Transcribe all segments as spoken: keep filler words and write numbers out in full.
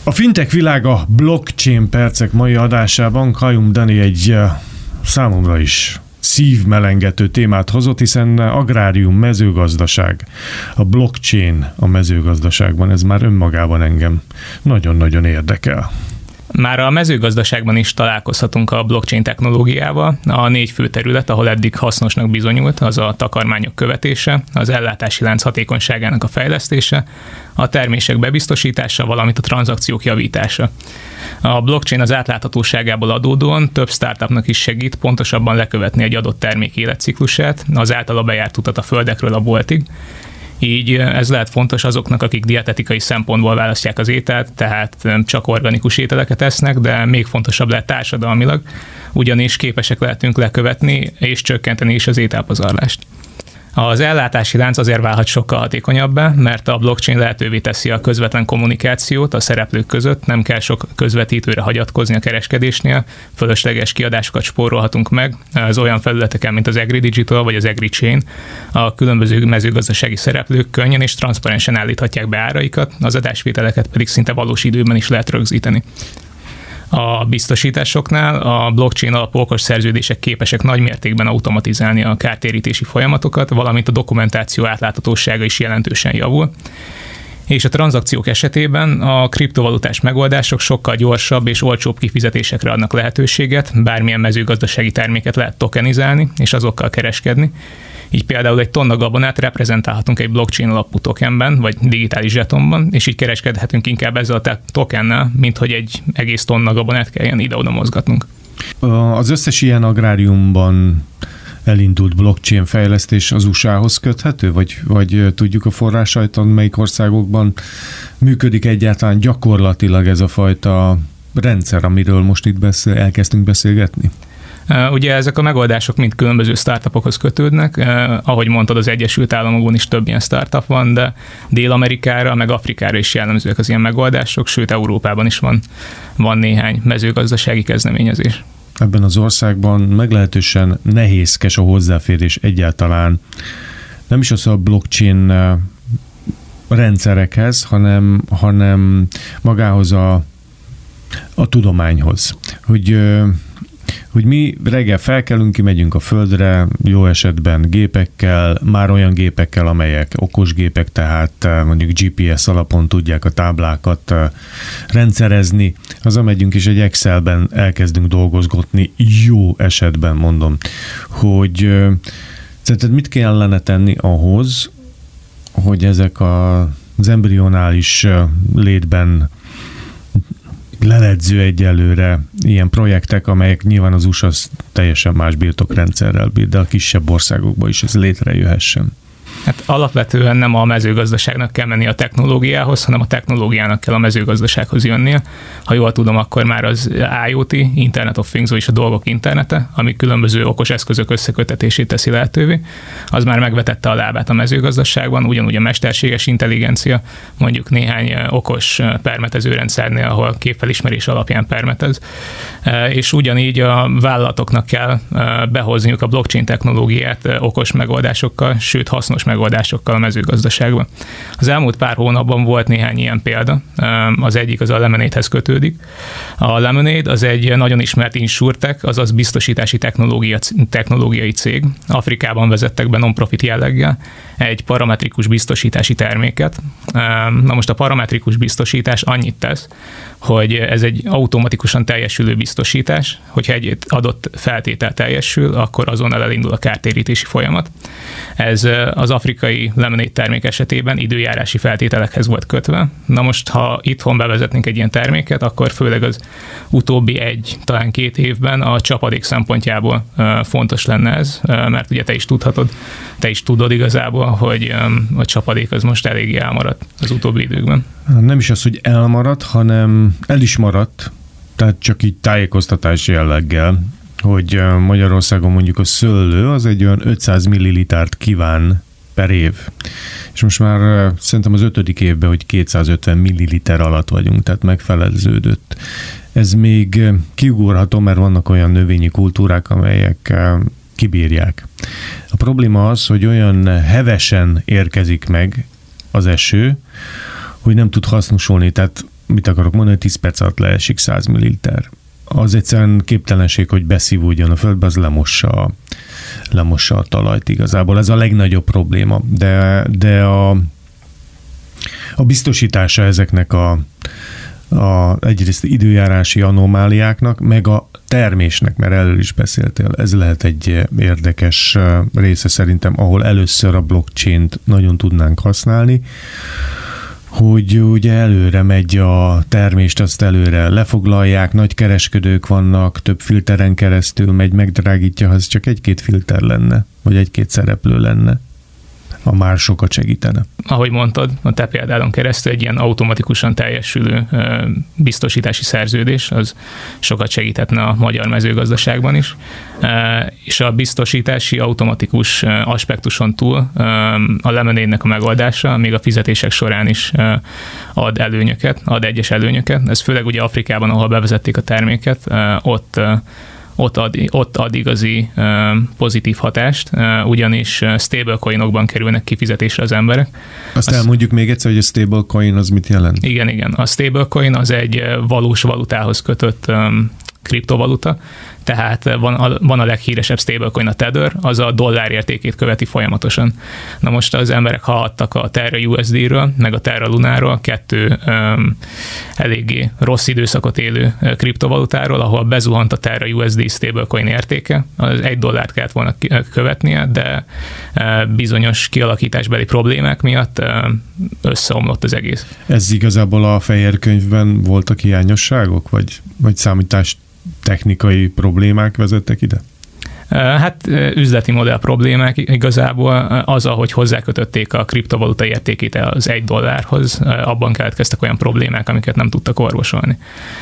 A fintech világa blockchain percek mai adásában Kajum Dani egy számomra is szívmelengető témát hozott, hiszen agrárium, mezőgazdaság, a blockchain a mezőgazdaságban, ez már önmagában engem nagyon-nagyon érdekel. Már a mezőgazdaságban is találkozhatunk a blockchain technológiával. A négy fő terület, ahol eddig hasznosnak bizonyult, az a takarmányok követése, az ellátási lánc hatékonyságának a fejlesztése, a termések bebiztosítása, valamint a tranzakciók javítása. A blockchain az átláthatóságából adódóan több startupnak is segít pontosabban lekövetni egy adott termék életciklusát, az általa bejárt utat a földekről a boltig. Így ez lehet fontos azoknak, akik dietetikai szempontból választják az ételt, tehát csak organikus ételeket esznek, de még fontosabb lehet társadalmilag, ugyanis képesek lehetünk lekövetni és csökkenteni is az ételpazarlást. Az ellátási lánc azért válhat sokkal hatékonyabbá, mert a blockchain lehetővé teszi a közvetlen kommunikációt a szereplők között, nem kell sok közvetítőre hagyatkozni a kereskedésnél, fölösleges kiadásokat spórolhatunk meg az olyan felületeken, mint az AgriDigital vagy az AgriChain. A különböző mezőgazdasági szereplők könnyen és transzparensen állíthatják be áraikat, az adásvételeket pedig szinte valós időben is lehet rögzíteni. A biztosításoknál a blockchain alapú okos szerződések képesek nagy mértékben automatizálni a kártérítési folyamatokat, valamint a dokumentáció átláthatósága is jelentősen javul. És a tranzakciók esetében a kriptovalutás megoldások sokkal gyorsabb és olcsóbb kifizetésekre adnak lehetőséget, bármilyen mezőgazdasági terméket lehet tokenizálni és azokkal kereskedni. Így például egy tonna gabonát reprezentálhatunk egy blockchain alapú tokenben, vagy digitális zsetonban, és így kereskedhetünk inkább ezzel a tokennel, mint hogy egy egész tonna gabonát kelljen ide-oda mozgatnunk. Az összes ilyen agráriumban elindult blockchain fejlesztés az u es á-hoz köthető, vagy, vagy tudjuk a forrásaiton, melyik országokban működik egyáltalán gyakorlatilag ez a fajta rendszer, amiről most itt beszél, elkezdtünk beszélgetni? Ugye ezek a megoldások mind különböző startupokhoz kötődnek, ahogy mondtad, az Egyesült Államokban is több ilyen startup van, de Dél-Amerikára, meg Afrikára is jellemzőek az ilyen megoldások, sőt Európában is van, van néhány mezőgazdasági kezdeményezés. Ebben az országban meglehetősen nehézkes a hozzáférés egyáltalán, nem is az a blockchain rendszerekhez, hanem, hanem magához a, a tudományhoz, hogy hogy mi reggel felkelünk, kimegyünk a földre, jó esetben gépekkel, már olyan gépekkel, amelyek okos gépek, tehát mondjuk gé pé es alapon tudják a táblákat rendszerezni, hazamegyünk és egy Excelben elkezdünk dolgozgatni, jó esetben mondom, hogy szerinted mit kellene tenni ahhoz, hogy ezek az embrionális létben leledző egyelőre ilyen projektek, amelyek nyilván az u es á teljesen más birtokrendszerrel bír, de a kisebb országokban is ez létrejöhessen. Hát alapvetően nem a mezőgazdaságnak kell menni a technológiához, hanem a technológiának kell a mezőgazdasághoz jönnie. Ha jól tudom, akkor már az I O T, Internet of Things, vagyis a dolgok internete, ami különböző okos eszközök összekötetését teszi lehetővé, az már megvetette a lábát a mezőgazdaságban, ugyanúgy a mesterséges intelligencia, mondjuk néhány okos permetezőrendszernél, ahol képfelismerés alapján permetez, és ugyanígy a vállalatoknak kell behozniuk a blockchain technológiát okos megoldásokkal, sőt hasznos megoldásokkal a mezőgazdaságban. Az elmúlt pár hónapban volt néhány ilyen példa, az egyik az a Lemonade-hez kötődik. A Lemonade az egy nagyon ismert insurtech, azaz biztosítási technológia, technológiai cég. Afrikában vezettek be non-profit jelleggel egy parametrikus biztosítási terméket. Na most a parametrikus biztosítás annyit tesz, hogy ez egy automatikusan teljesülő biztosítás, hogyha egy adott feltétel teljesül, akkor azonnal elindul a kártérítési folyamat. Ez az afrikai Lemonade termék esetében időjárási feltételekhez volt kötve. Na most, ha itthon bevezetnénk egy ilyen terméket, akkor főleg az utóbbi egy, talán két évben a csapadék szempontjából fontos lenne ez, mert ugye te is tudhatod, te is tudod igazából, hogy a csapadék az most eléggé elmaradt az utóbbi időkben. Nem is az, hogy elmaradt, hanem el is maradt, tehát csak így tájékoztatás jelleggel, hogy Magyarországon mondjuk a szőlő az egy olyan ötszáz millilitert kíván per év. És most már szerintem az ötödik évben, hogy kétszázötven milliliter alatt vagyunk, tehát megfeleződött. Ez még kiugorható, mert vannak olyan növényi kultúrák, amelyek kibírják. A probléma az, hogy olyan hevesen érkezik meg az eső, hogy nem tud hasznosulni. Tehát mit akarok mondani, tíz perc alatt leesik száz milliliter. Az egyszerűen képtelenség, hogy beszívódjon a földbe, az lemossa, lemossa a talajt igazából. Ez a legnagyobb probléma, de, de a, a biztosítása ezeknek a, a egyrészt időjárási anomáliáknak, meg a termésnek, mert erről is beszéltél, ez lehet egy érdekes része szerintem, ahol először a blockchain-t nagyon tudnánk használni, hogy ugye előre megy a termést, azt előre lefoglalják, nagy kereskedők vannak, több filteren keresztül megy, megdrágítja, ha ez csak egy-két filter lenne, vagy egy-két szereplő lenne, a már sokat segítene. Ahogy mondtad, a te példádon keresztül egy ilyen automatikusan teljesülő biztosítási szerződés, az sokat segíthetne a magyar mezőgazdaságban is. És a biztosítási automatikus aspektuson túl a Lemonade-nek a megoldása még a fizetések során is ad előnyöket, ad egyes előnyöket. Ez főleg ugye Afrikában, ahol bevezették a terméket, ott Ott ad, ott ad igazi uh, pozitív hatást, uh, ugyanis stablecoinokban kerülnek kifizetésre az emberek. Azt, Azt elmondjuk még egyszer, hogy a stablecoin az mit jelent? Igen, igen. A stablecoin az egy valós valutához kötött um, kriptovaluta, tehát van a, van a leghíresebb stablecoin, a Tether, az a dollár értékét követi folyamatosan. Na most az emberek hallhattak a Terra u es dé-ről, meg a Terra Lunáról, kettő um, eléggé rossz időszakot élő kriptovalutáról, ahol bezuhant a Terra u es dé stablecoin értéke, az egy dollárt kellett volna követnie, de uh, bizonyos kialakításbeli problémák miatt uh, összeomlott az egész. Ez igazából a fehér könyvben voltak hiányosságok, vagy, vagy számítás technikai problémák vezettek ide? Hát üzleti modell problémák igazából az, ahogy hozzákötötték a kriptovaluta értékét az egy dollárhoz, abban keletkeztek olyan problémák, amiket nem tudtak orvosolni.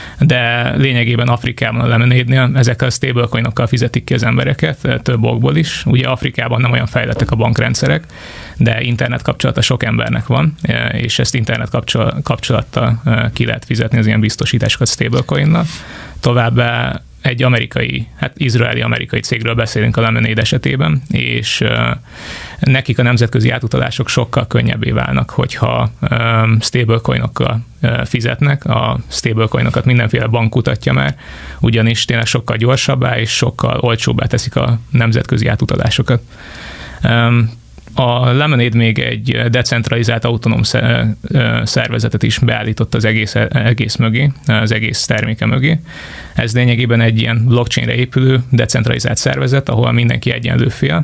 De lényegében Afrikában a Lemonade-nél ezekkel a stablecoinokkal fizetik ki az embereket, több okból is. Ugye Afrikában nem olyan fejlettek a bankrendszerek, de internet kapcsolata sok embernek van, és ezt internet kapcsolattal ki lehet fizetni az ilyen biztosításokat stablecoinnal. Továbbá egy amerikai, hát izraeli-amerikai cégről beszélünk a Lemonade esetében, és uh, nekik a nemzetközi átutalások sokkal könnyebbé válnak, hogyha um, stablecoinokkal uh, fizetnek. A stablecoinokat mindenféle bank kutatja már, ugyanis tényleg sokkal gyorsabbá és sokkal olcsóbbá teszik a nemzetközi átutalásokat. Um, A Lemonade még egy decentralizált autonóm szervezetet is beállított az egész, egész mögé, az egész terméke mögé. Ez lényegében egy ilyen blockchainre épülő decentralizált szervezet, ahol mindenki egyenlő fél,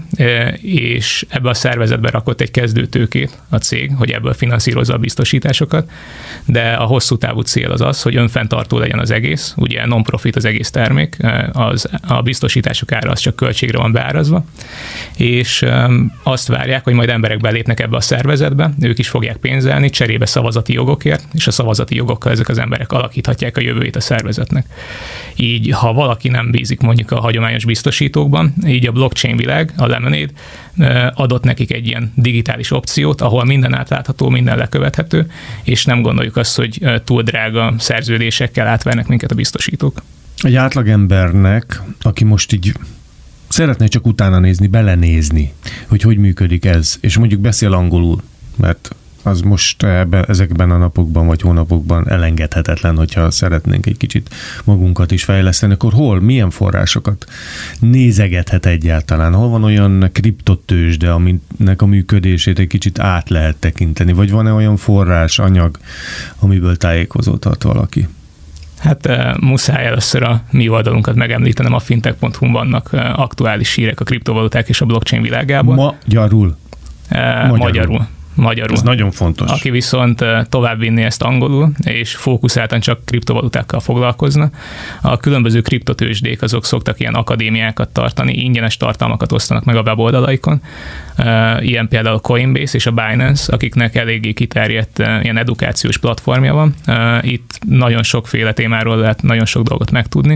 és ebbe a szervezetbe rakott egy kezdőtőkét a cég, hogy ebből finanszírozza a biztosításokat, de a hosszú távú cél az az, hogy önfenntartó legyen az egész, ugye non-profit az egész termék, az, a biztosítások ára az csak költségre van beárazva, és azt várják, hogy majd emberek belépnek ebbe a szervezetbe, ők is fogják pénzelni, cserébe szavazati jogokért, és a szavazati jogokkal ezek az emberek alakíthatják a jövőjét a szervezetnek. Így, ha valaki nem bízik mondjuk a hagyományos biztosítókban, így a blockchain világ, a Lemonade adott nekik egy ilyen digitális opciót, ahol minden átlátható, minden lekövethető, és nem gondoljuk azt, hogy túl drága szerződésekkel átvernek minket a biztosítók. Egy átlagembernek, aki most így szeretne csak utána nézni, belenézni, hogy hogy működik ez, és mondjuk beszél angolul, mert az most ebben, ezekben a napokban vagy hónapokban elengedhetetlen, hogyha szeretnénk egy kicsit magunkat is fejleszteni, akkor hol, milyen forrásokat nézegethet egyáltalán? Hol van olyan kriptotőzsde, aminek a működését egy kicsit át lehet tekinteni, vagy van-e olyan forrás, anyag, amiből tájékozódhat valaki? Hát uh, muszáj először a mi oldalunkat megemlítenem, a fintech pont hu vannak uh, aktuális hírek a kriptovaluták és a blockchain világában. Magyarul? Uh, magyarul. Magyarul. Magyarul. Ez nagyon fontos. Aki viszont továbbvinni ezt angolul, és fókuszáltan csak kriptovalutákkal foglalkozna. A különböző kriptotőzsdék azok szoktak ilyen akadémiákat tartani, ingyenes tartalmakat osztanak meg a weboldalaikon. Ilyen például a Coinbase és a Binance, akiknek eléggé kiterjedt ilyen edukációs platformja van. Itt nagyon sokféle témáról lehet nagyon sok dolgot megtudni.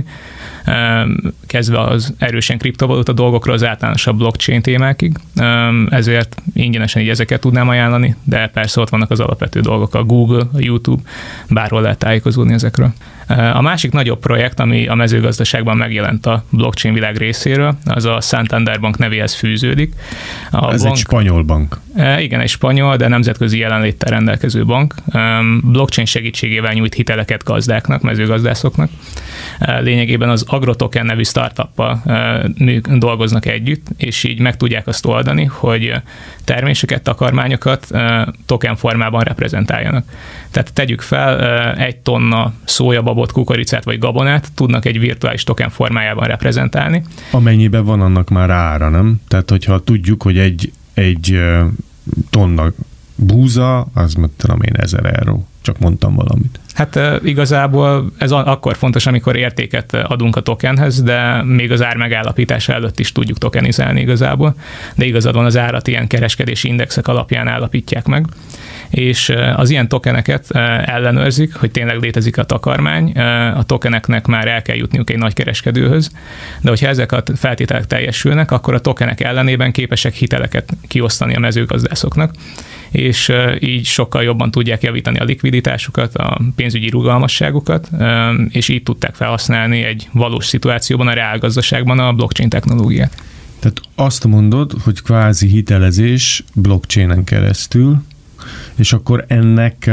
Kezdve az erősen kriptovaluta dolgokról az általánosabb blockchain témákig. Ezért ingyenesen így ezeket tudnám ajánlani, de persze ott vannak az alapvető dolgok, a Google, a YouTube, bárhol lehet tájékozódni ezekről. A másik nagyobb projekt, ami a mezőgazdaságban megjelent a blockchain világ részéről, az a Santander Bank nevéhez fűződik. A Ez bank, egy spanyol bank. Igen, egy spanyol, de nemzetközi jelenléttel rendelkező bank. Blockchain segítségével nyújt hiteleket gazdáknak, mezőgazdászoknak. Lényegében az Agrotoken nevű startuppal dolgoznak együtt, és így meg tudják azt oldani, hogy terméseket, takarmányokat token formában reprezentáljanak. Tehát tegyük fel, egy tonna szójababot, kukoricát vagy gabonát tudnak egy virtuális token formájában reprezentálni. Amennyiben van annak már ára, nem? Tehát, hogyha tudjuk, hogy egy, egy tonna búza, az meg tudom én ezer euró. Csak mondtam valamit. Hát igazából ez akkor fontos, amikor értéket adunk a tokenhez, de még az ár megállapítása előtt is tudjuk tokenizálni igazából. De igazad van, az árat ilyen kereskedési indexek alapján állapítják meg. És az ilyen tokeneket ellenőrzik, hogy tényleg létezik a takarmány, a tokeneknek már el kell jutniuk egy nagy kereskedőhöz, de hogyha ezek a feltételek teljesülnek, akkor a tokenek ellenében képesek hiteleket kiosztani a mezőgazdászoknak, és így sokkal jobban tudják javítani a likviditásukat, a pénzügyi rugalmasságukat, és így tudták felhasználni egy valós szituációban, a reálgazdaságban a blockchain technológiát. Tehát azt mondod, hogy kvázi hitelezés blockchainen keresztül, és akkor ennek,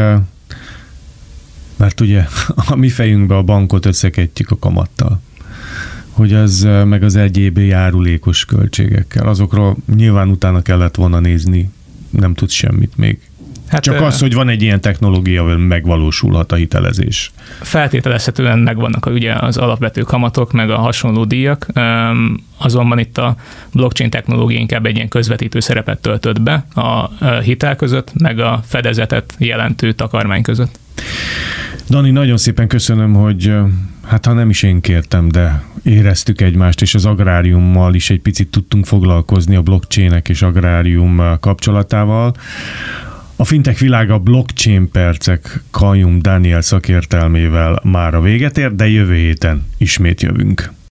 mert ugye a mi fejünkbe a bankot összekedjük a kamattal, hogy az meg az egyéb járulékos költségekkel. Azokról nyilván utána kellett volna nézni, nem tudsz semmit még. Hát Csak az, hogy van egy ilyen technológia, amivel megvalósulhat a hitelezés. Feltételezhetően megvannak ugye az alapvető kamatok, meg a hasonló díjak, azonban itt a blockchain technológia inkább egy ilyen közvetítő szerepet töltött be a hitel között, meg a fedezetet jelentő takarmány között. Dani, nagyon szépen köszönöm, hogy hát ha nem is én kértem, de éreztük egymást, és az agráriummal is egy picit tudtunk foglalkozni, a blockchainek és agrárium kapcsolatával. A fintech világa blockchain percek Kajum Dániel szakértelmével már a véget ér, de jövő héten ismét jövünk.